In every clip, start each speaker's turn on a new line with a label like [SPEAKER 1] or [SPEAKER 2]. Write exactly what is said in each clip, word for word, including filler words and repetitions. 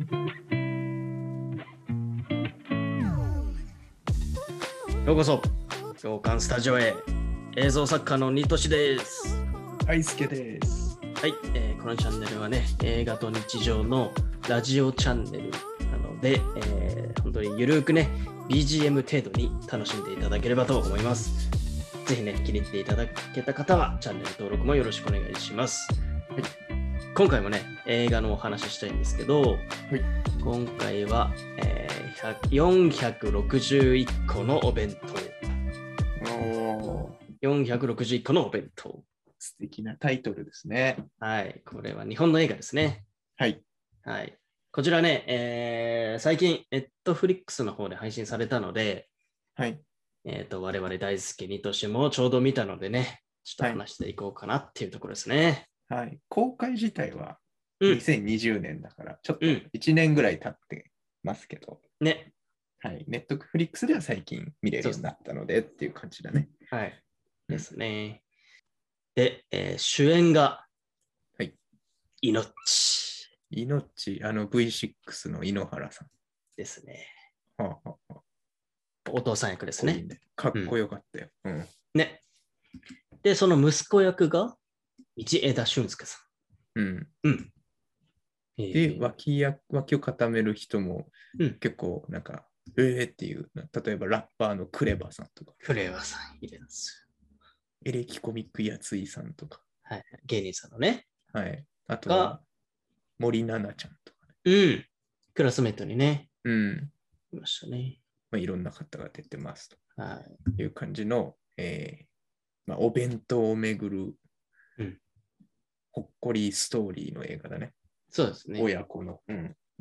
[SPEAKER 1] ようこそ共感スタジオへ。映像作家のニトシです。
[SPEAKER 2] 大輔です。
[SPEAKER 1] はい、えー、このチャンネルはね、映画と日常のラジオチャンネルなので、えー、本当にゆるくね ビージーエム 程度に楽しんでいただければと思います。ぜひね、気に入っていただけた方はチャンネル登録もよろしくお願いします。はい、今回もね、映画のお話ししたいんですけど、はい、今回は、えー、よんひゃくろくじゅういっこのお弁当。およんひゃくろくじゅういっこのお弁当。
[SPEAKER 2] 素敵なタイトルですね。
[SPEAKER 1] はい、これは日本の映画ですね。
[SPEAKER 2] はい。
[SPEAKER 1] はい、こちらね、えー、最近、Netflix の方で配信されたので、
[SPEAKER 2] はい。
[SPEAKER 1] えーと、我々大好きにとしもちょうど見たのでね、ちょっと話していこうかなっていうところですね。
[SPEAKER 2] はい。公開自体はにせんにじゅうねんだから、ちょっといちねんぐらい経ってますけど、
[SPEAKER 1] うん、ね。
[SPEAKER 2] はい。Netflix では最近見れるようになったのでっていう感じだね。
[SPEAKER 1] はい。ですね。うん、で、えー、主演が、
[SPEAKER 2] はい。
[SPEAKER 1] イノッチ。
[SPEAKER 2] イノッチ、あの ブイシックス の井ノ原さん。
[SPEAKER 1] ですね。
[SPEAKER 2] はあはあ、
[SPEAKER 1] お父さん役ですね。
[SPEAKER 2] かっこよかったよ。うん。うん、
[SPEAKER 1] ね。で、その息子役が、道枝駿佑さ
[SPEAKER 2] ん。うん。
[SPEAKER 1] うん。
[SPEAKER 2] で、脇役、脇を固める人も結構なんか、うん、えーっていう、例えばラッパーのクレバさんとか。
[SPEAKER 1] クレバさんいるんですよ。
[SPEAKER 2] エレキコミックやついさんとか。
[SPEAKER 1] はい。芸人さんのね。
[SPEAKER 2] はい。あとは、森七菜ちゃんとか
[SPEAKER 1] ね。うん。クラスメートにね。
[SPEAKER 2] うん。
[SPEAKER 1] いましたね。
[SPEAKER 2] まあ、いろんな方が出てますと。
[SPEAKER 1] はい。
[SPEAKER 2] いう感じの、えーまあ、お弁当をめぐる、
[SPEAKER 1] うん、
[SPEAKER 2] ほっこりストーリーの映画だね。
[SPEAKER 1] そうですね。
[SPEAKER 2] 親子の。うん。
[SPEAKER 1] うん。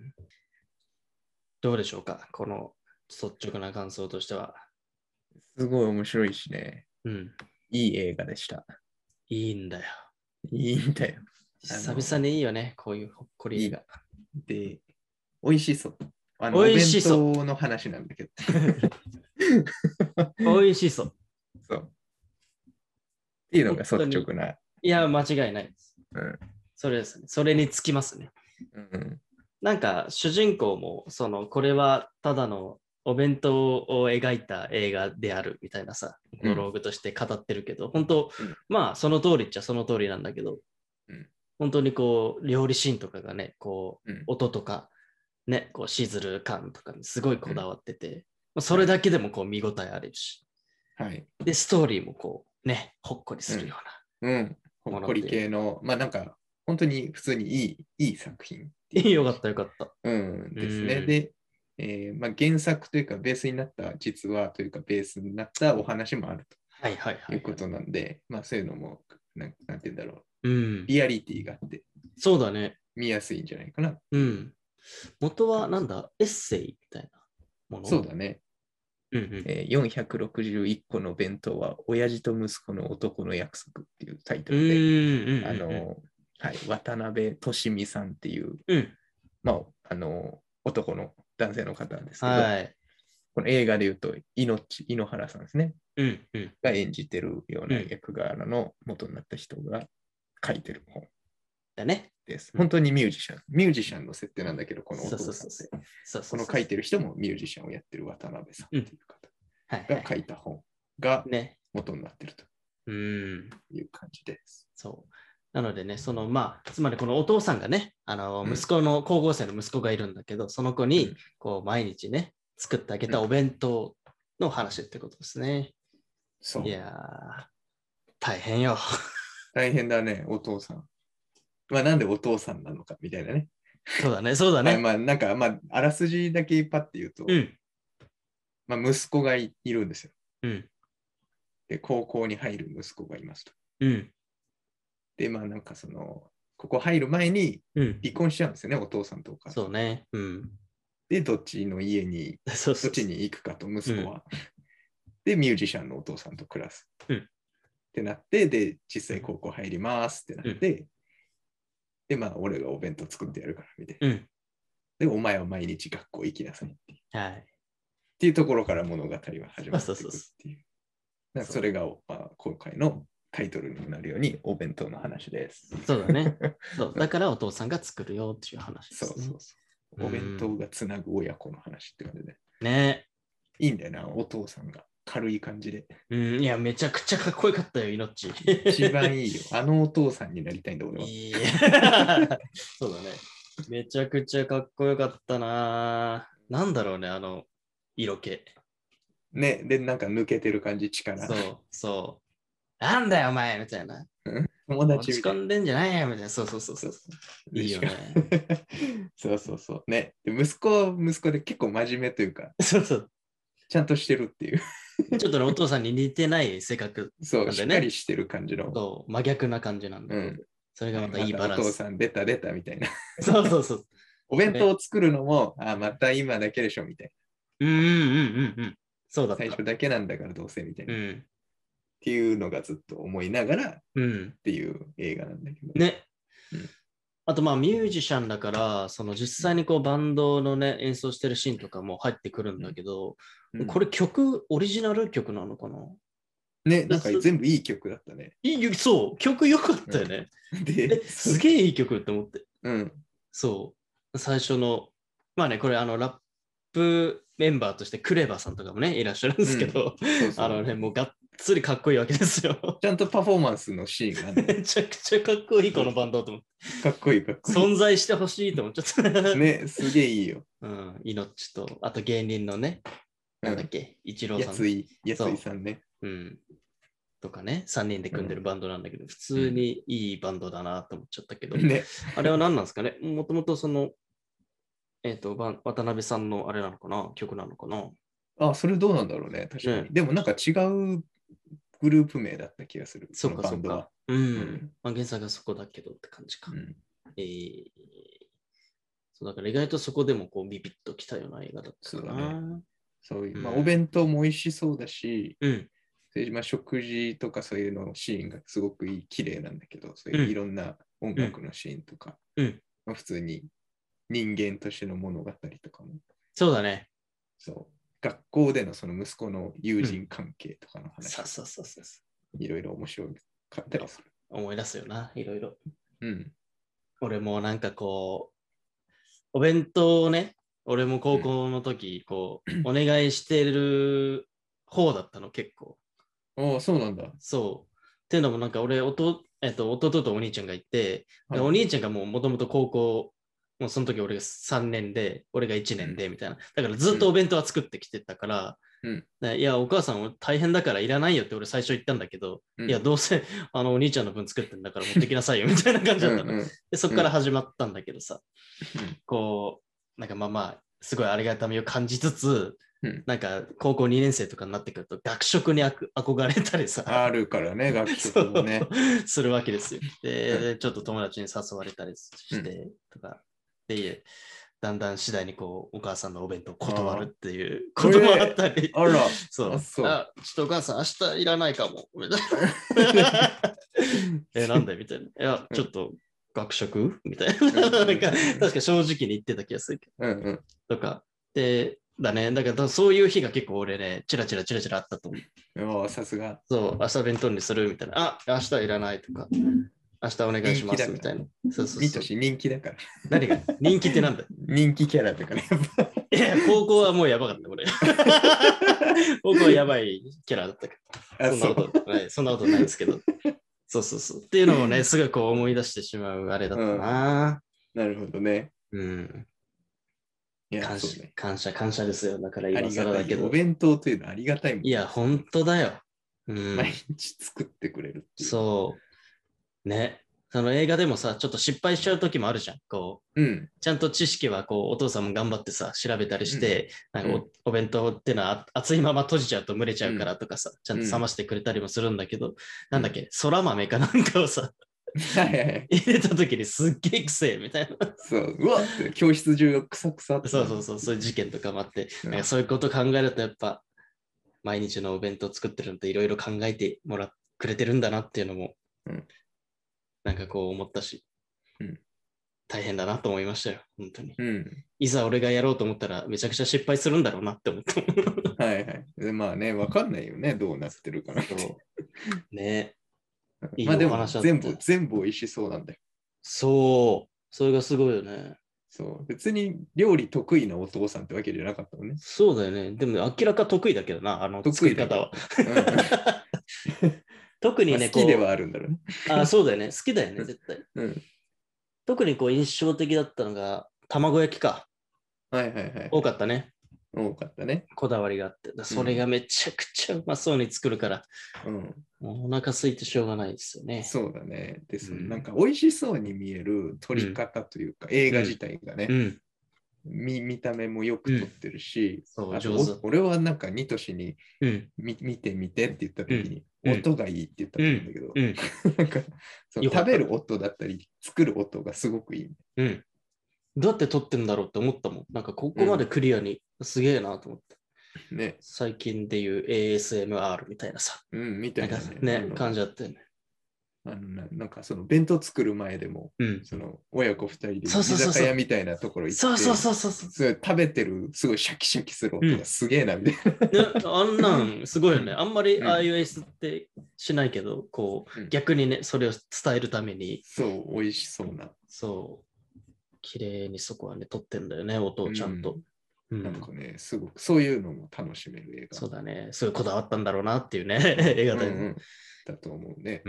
[SPEAKER 1] どうでしょうか、この率直な感想としては。
[SPEAKER 2] すごい面白いしね。
[SPEAKER 1] うん。
[SPEAKER 2] いい映画でした。
[SPEAKER 1] いいんだよ。
[SPEAKER 2] いいんだよ。
[SPEAKER 1] 久々にいいよね、こういうほっこり映画。
[SPEAKER 2] で、美味しそう。あの
[SPEAKER 1] 美味しそう。
[SPEAKER 2] お弁当の話なんだけど。
[SPEAKER 1] 美味しそう。
[SPEAKER 2] そう。っていうのが率直な。
[SPEAKER 1] いや、間違いないです。
[SPEAKER 2] うん。
[SPEAKER 1] それですね。それにつきますね。うん。なんか、主人公も、その、これはただのお弁当を描いた映画であるみたいなさ、モノローグとして語ってるけど、うん、本当、うん、まあ、その通りっちゃその通りなんだけど、うん、本当にこう、料理シーンとかがね、こう、うん、音とか、ね、こう、シズル感とかにすごいこだわってて、うん、それだけでもこう、見応えあるし、はい。で、ストーリーもこう、ね、ほっこりするような。
[SPEAKER 2] うん、うん、ほっこり系の、まあなんか、本当に普通にいい、いい作品。
[SPEAKER 1] いいよかったよかった。
[SPEAKER 2] うんですね。で、えーまあ、原作というかベースになった実話というかベースになったお話もあるということなんで、まあそういうのもなん、なんて言うんだろう、うん、リアリティがあって、
[SPEAKER 1] そうだね。
[SPEAKER 2] 見やすいんじゃないかな。
[SPEAKER 1] うん。元はなんだ、エッセイみたいなもの。
[SPEAKER 2] そうだね。うんうんえー、よんひゃくろくじゅういっこの弁当は親父と息子の男の約束っていうタイトルで、あの、はい、渡辺俊美さんっていう、うん、まあ、あの、男の男性の方ですけど、はい、この映画でいうと、命、井ノ原さんですね、うんうん、が演じてるような役柄の元になった人が書いてる本
[SPEAKER 1] だね。
[SPEAKER 2] です。本当にミュージシャン、ミュージシャンの設定なんだけど、このお父さんって、この書いてる人もミュージシャンをやってる渡辺さんっていう方が書いた本が元になってるという感じです。
[SPEAKER 1] そう。なのでね、そのまあ、つまりこのお父さんがね、あの息子の、うん、高校生の息子がいるんだけど、その子にこう毎日ね、作ってあげたお弁当の話ってことですね。そう。いやー、大変よ。
[SPEAKER 2] 大変だね、お父さん。まあ、なんでお父さんなのかみたいなね。
[SPEAKER 1] そうだね、そうだね。
[SPEAKER 2] はい、まあ、なんか、まあ、あらすじだけパッて言うと、うん、まあ、息子が い, いるんですよ。うん。で、高校に入る息子がいますと。うん。で、まあ、なんかその、ここ入る前に離婚しちゃうんですよね、うん、お父さんとお母さん。
[SPEAKER 1] そうね。うん。
[SPEAKER 2] で、どっちの家に、どっちに行くかと、息子は。うん、で、ミュージシャンのお父さんと暮らす。うん、ってなって、で、実際高校入りますってなって、うん、で、まあ、俺がお弁当作ってやるから、みたいな。うん、で、お前は毎日学校行きなさいっていう。はい。っていうところから物語は始まっていくっていう。そ, それが、まあ、今回のタイトルにもなるように、お弁当の話です。
[SPEAKER 1] そうだね。そうだからお父さんが作るよっていう話ですね。そうそうそ
[SPEAKER 2] お弁当がつなぐ親子の話って感じで。
[SPEAKER 1] ね。
[SPEAKER 2] いいんだよな、お父さんが。軽い感じで。
[SPEAKER 1] うん、いや、めちゃくちゃかっこよかったよ、命。
[SPEAKER 2] 一番いいよ。あのお父さんになりたいんだ、俺は。
[SPEAKER 1] いやそうだね。めちゃくちゃかっこよかったな。なんだろうね、あの、色気。
[SPEAKER 2] ね、で、なんか抜けてる感じ、力。
[SPEAKER 1] そう、そう。なんだよ、お前みたいな。
[SPEAKER 2] 友達
[SPEAKER 1] 落ち込んでんじゃないよ、みたいな。そうそうそうそう。いいよね。
[SPEAKER 2] そうそうそう。ね。で息子は息子で結構真面目というか、
[SPEAKER 1] そうそう。
[SPEAKER 2] ちゃんとしてるっていう。
[SPEAKER 1] ちょっとね、お父さんに似てない性格なんで、ね。
[SPEAKER 2] そう、しっかりしてる感じの。
[SPEAKER 1] そう、真逆な感じなんだけど、うん、それがまたいいバランス。
[SPEAKER 2] お父さん出た出たみたいな。
[SPEAKER 1] そうそうそう。
[SPEAKER 2] お弁当を作るのも、あ、また今だけでしょみたい
[SPEAKER 1] な。うんうんうんうんうん。そうだった。
[SPEAKER 2] 最初だけなんだからどうせみたいな。
[SPEAKER 1] うん、
[SPEAKER 2] っていうのがずっと思いながら、
[SPEAKER 1] うん、
[SPEAKER 2] っていう映画なんだけど。
[SPEAKER 1] ね。
[SPEAKER 2] うん、
[SPEAKER 1] あとまあミュージシャンだから、その実際にこうバンドのね、演奏してるシーンとかも入ってくるんだけど、うん、これ曲、オリジナル曲なのかな
[SPEAKER 2] ね、なんか全部いい曲だったね。
[SPEAKER 1] いいそう、曲良かったよね。うん、ですげえいい曲って思って。
[SPEAKER 2] うん。
[SPEAKER 1] そう。最初の、まあね、これあのラップメンバーとしてクレバさんとかもね、いらっしゃるんですけど、うん、そうそうあのね、もうがっつりかっこいいわけですよ。
[SPEAKER 2] ちゃんとパフォーマンスのシーンが
[SPEAKER 1] ね。めちゃくちゃかっこいい、このバンドと思って。
[SPEAKER 2] かっこいい、かっこいい。
[SPEAKER 1] 存在してほしいと思っちゃった。
[SPEAKER 2] ね、すげえいいよ。
[SPEAKER 1] うん、命と、あと芸人のね、なんだっけ、イチローさん。
[SPEAKER 2] やつい、やついさんね。
[SPEAKER 1] うん。とかね、さんにんで組んでるバンドなんだけど、うん、普通にいいバンドだなと思っちゃったけど、ね、あれは何なんですかね、もともとその、えっ、ー、と、渡辺さんのあれなのかな、曲なのかな。
[SPEAKER 2] あ、それどうなんだろうね、確かに。ね、でもなんか違うグループ名だった気がする。
[SPEAKER 1] そうか、そうか。うん。うん、まあ、原作がそこだけどって感じか。うん、えー、そうだから意外とそこでもこうビビッときたような映画だったかな。そうだね。
[SPEAKER 2] そういう、まあ、お弁当も美味しそうだし、うんまあ、食事とかそういうのシーンがすごくいい、綺麗なんだけど、そういういろんな音楽のシーンとか、うんまあ、普通に人間としての物語とかも。
[SPEAKER 1] そうだね。
[SPEAKER 2] そう。学校でのその息子の友人関係とかの話。
[SPEAKER 1] そうそうそうそう。
[SPEAKER 2] いろいろ面白かったりする。
[SPEAKER 1] 思い出すよな、いろいろ。
[SPEAKER 2] うん。
[SPEAKER 1] 俺もなんかこう、お弁当をね、俺も高校の時、こう、うん、お願いしてる方だったの、結構。
[SPEAKER 2] ああ、そうなんだ。
[SPEAKER 1] そう。っていうのもなんか俺、弟、えっと、弟とお兄ちゃんがいて、はい、お兄ちゃんがもうもともと高校、もうその時俺がさんねんで、俺がいちねんでみたいな。だからずっとお弁当は作ってきてたから、うん、いや、お母さん大変だからいらないよって俺最初言ったんだけど、うん、いや、どうせあのお兄ちゃんの分作ってんだから持ってきなさいよみたいな感じだったの。うん、うん、でそこから始まったんだけどさ、うん、こう、なんかまあまあ、すごいありがたみを感じつつ、うん、なんか高校にねん生とかになってくると学食に憧れたりさ。
[SPEAKER 2] あるからね、学食もね。
[SPEAKER 1] するわけですよ。で、うん、ちょっと友達に誘われたりしてとか、うん、で、だんだん次第にこうお母さんのお弁当を断るっていうこともあったり。
[SPEAKER 2] あら、
[SPEAKER 1] そう。あそうあ、ちょっとお母さん明日いらないかも。みたいな。え、なんでみたいな。いや、ちょっと学食みたいな。なんか確か正直に言ってた気がするけど。うんうん、とか。で、だね。だからそういう日が結構俺ね、チラチラチラチラあったと思
[SPEAKER 2] う。おさすが。
[SPEAKER 1] そう、明日弁当にするみたいな。あ、明日いらないとか。明日お願いしますみたいな。
[SPEAKER 2] そうそうそう。人気だから。
[SPEAKER 1] 何が人気ってなんだ
[SPEAKER 2] 人気キャラとかね。
[SPEAKER 1] いや、高校はもうやばかった、俺。高校はやばいキャラだったから。そんなことない、そんなことないですけど。そうそうそう。っていうのもね、すぐこう思い出してしまうあれだったな。
[SPEAKER 2] うん、なるほどね。
[SPEAKER 1] うん。
[SPEAKER 2] いや
[SPEAKER 1] 感謝、
[SPEAKER 2] そうね、
[SPEAKER 1] 感謝、感謝ですよ。だから今更だけど。
[SPEAKER 2] お弁当というのはありがたいもん、ね。
[SPEAKER 1] いや、本当だよ。
[SPEAKER 2] うん、毎日作ってくれるっていう。
[SPEAKER 1] そう。ね。その映画でもさ、ちょっと失敗しちゃう時もあるじゃん。こう、うん、ちゃんと知識はこうお父さんも頑張ってさ、調べたりして、うん、なんか お,、うん、お弁当ってのは熱いまま閉じちゃうと蒸れちゃうからとかさ、うん、ちゃんと冷ましてくれたりもするんだけど、うん、なんだっけ、そら豆かなんかをさ、入れた時にすっげえくせえみたいな。
[SPEAKER 2] そう、うわって教室中がクサクサって。
[SPEAKER 1] そうそうそう、そういう事件とかもあって、うん、なんかそういうこと考えるとやっぱ、毎日のお弁当作ってるのっていろいろ考えてもらくれてるんだなっていうのも、うん、なんかこう思ったし、うん、大変だなと思いましたよ、本当に。うん、いざ俺がやろうと思ったらめちゃくちゃ失敗するんだろうなって思った。
[SPEAKER 2] はいはい。でまあね、わかんないよね、どうなってるかな。
[SPEAKER 1] ね。
[SPEAKER 2] いいまあでも全部、全部美味しそうなんだよ。
[SPEAKER 1] そう。それがすごいよね。
[SPEAKER 2] そう、別に料理得意なお父さんってわけじゃなかったもんね。
[SPEAKER 1] そうだよね。でも明らか得意だけどな、あの作り方は。うん、特にね、
[SPEAKER 2] まあ、好きではあるんだろうね。
[SPEAKER 1] あ、そうだよね。好きだよね、絶対。
[SPEAKER 2] うん、
[SPEAKER 1] 特にこう印象的だったのが、卵焼きか。
[SPEAKER 2] はいはいはい。
[SPEAKER 1] 多かったね。
[SPEAKER 2] 多かったね。
[SPEAKER 1] こだわりがあって。それがめちゃくちゃうまそうに作るから、うん、もうお腹空いてしょうがないですよね。
[SPEAKER 2] そうだね。で、そのなんか美味しそうに見える撮り方というか、うん、映画自体がね、うん見、見た目もよく撮ってるし、うん、そうあと俺はなんかニトシに、うん、見てみてって言った時に、うん、音がいいって言ったと思うんだけど、うんうん、なんかその食べる音だったり作る音がすごくいい。
[SPEAKER 1] うん、どうやって撮ってんだろうって思ったもん。なんかここまでクリアにすげえなと思って。ね、最近でいう エーエスエムアール みたいなさ、
[SPEAKER 2] うん、みたいな
[SPEAKER 1] ね、ね感じだったよね。
[SPEAKER 2] あのな, なんかその弁当作る前でも、うん、その親子二人で居酒屋みたいなところ行って、そうそうそうそうそう食べてるすごいシャキシャキする音がすげえなみたいな、
[SPEAKER 1] うんね。あんなんすごいよね。あんまりああいう演出ってしないけど、こう、うん、逆にね、それを伝えるために。
[SPEAKER 2] そう、美味しそうな。
[SPEAKER 1] そう。綺麗にそこはね、撮ってんだよね、音をちゃんと。うん
[SPEAKER 2] うん、なんかね、すごくそういうのも楽しめる映画。
[SPEAKER 1] そうだね。すごいこだわったんだろうなっていうね、映画だ、うんうん、
[SPEAKER 2] だと思うね。
[SPEAKER 1] うん。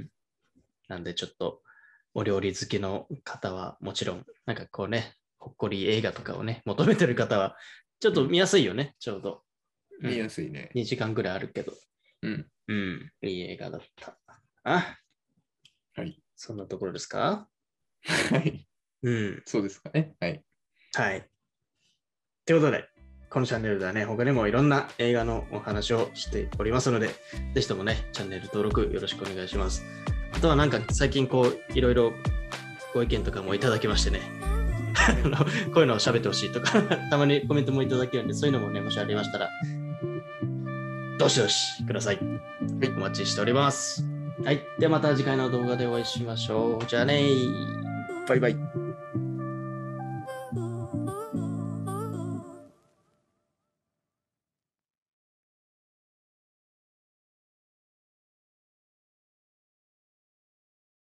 [SPEAKER 1] なんでちょっとお料理好きの方はもちろん、なんかこうね、ほっこり映画とかをね、求めてる方は、ちょっと見やすいよね、うん、ちょうど、
[SPEAKER 2] うん。見やすいね。
[SPEAKER 1] にじかんぐらいあるけど。
[SPEAKER 2] うん。
[SPEAKER 1] うん。いい映画だった。あ、
[SPEAKER 2] はい。
[SPEAKER 1] そんなところですか？
[SPEAKER 2] はい。
[SPEAKER 1] うん。
[SPEAKER 2] そうですかね。はい。
[SPEAKER 1] はい。ということで、このチャンネルではね、他にもいろんな映画のお話をしておりますので、ぜひともね、チャンネル登録よろしくお願いします。あとはなんか最近こう、いろいろご意見とかもいただきましてね、こういうのを喋ってほしいとか、たまにコメントもいただけるんで、そういうのもね、もしありましたら、どしどしください。はい、お待ちしております。はい。ではまた次回の動画でお会いしましょう。じゃあねー。バイバイ。